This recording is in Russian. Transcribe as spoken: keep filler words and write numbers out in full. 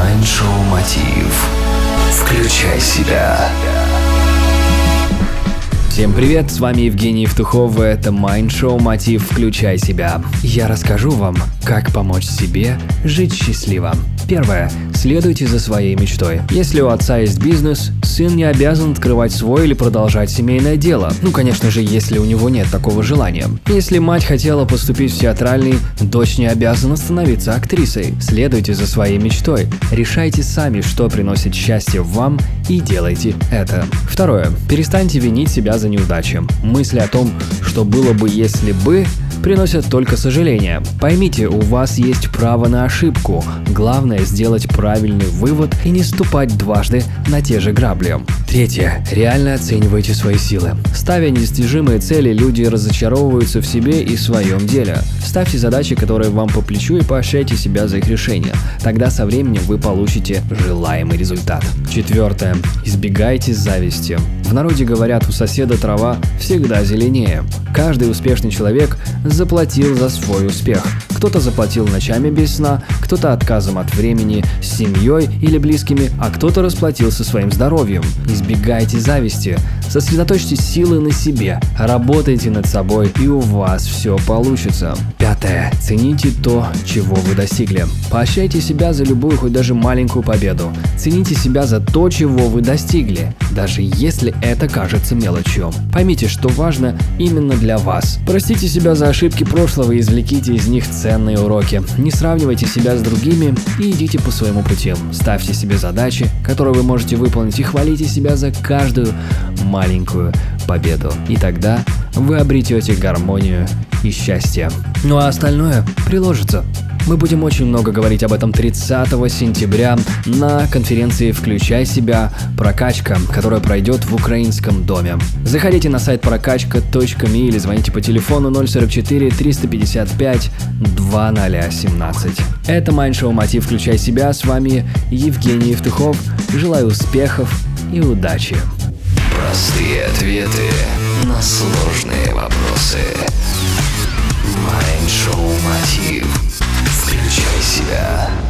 Майнд-шоу Мотив. Включай себя. Всем привет, с вами Евгений Евтухов, и это Майнд-шоу Мотив «Включай себя». Я расскажу вам, как помочь себе жить счастливо. Первое. Следуйте за своей мечтой. Если у отца есть бизнес, сын не обязан открывать свой или продолжать семейное дело. Ну, конечно же, если у него нет такого желания. Если мать хотела поступить в театральный, дочь не обязана становиться актрисой. Следуйте за своей мечтой. Решайте сами, что приносит счастье вам, и делайте это. Второе. Перестаньте винить себя за неудачи. Мысли о том, что было бы, если бы, приносят только сожаления. Поймите, у вас есть право на ошибку. Главное сделать правильный вывод и не ступать дважды на те же грабли. Третье. Реально оценивайте свои силы. Ставя недостижимые цели, люди разочаровываются в себе и в своем деле. Ставьте задачи, которые вам по плечу, и поощряйте себя за их решение. Тогда со временем вы получите желаемый результат. Четвертое. Избегайте зависти. В народе говорят, у соседа трава всегда зеленее. Каждый успешный человек заплатил за свой успех. Кто-то заплатил ночами без сна, кто-то отказом от времени с семьей или близкими, а кто-то расплатился своим здоровьем. Избегайте зависти, сосредоточьте силы на себе, работайте над собой, и у вас все получится. Пятое. Цените то, чего вы достигли. Поощряйте себя за любую, хоть даже маленькую победу. Цените себя за то, чего вы достигли, даже если это кажется мелочью. Поймите, что важно именно для вас. Простите себя за ошибки прошлого и извлеките из них ценные уроки. Не сравнивайте себя с другими и идите по своему пути. Ставьте себе задачи, которые вы можете выполнить, и хвалите себя за каждую маленькую победу. И тогда вы обретете гармонию и счастье. Ну а остальное приложится. Мы будем очень много говорить об этом тридцатого сентября на конференции «Включай себя. Прокачка», которая пройдет в Украинском доме. Заходите на сайт прокачка точка ми или звоните по телефону ноль сорок четыре триста пятьдесят пять двадцать ноль семнадцать. Это Майнд-шоу Мотив «Включай себя». С вами Евгений Евтухов. Желаю успехов и удачи. Простые ответы на сложные вопросы. Майнд-шоу Мотив. Включай себя.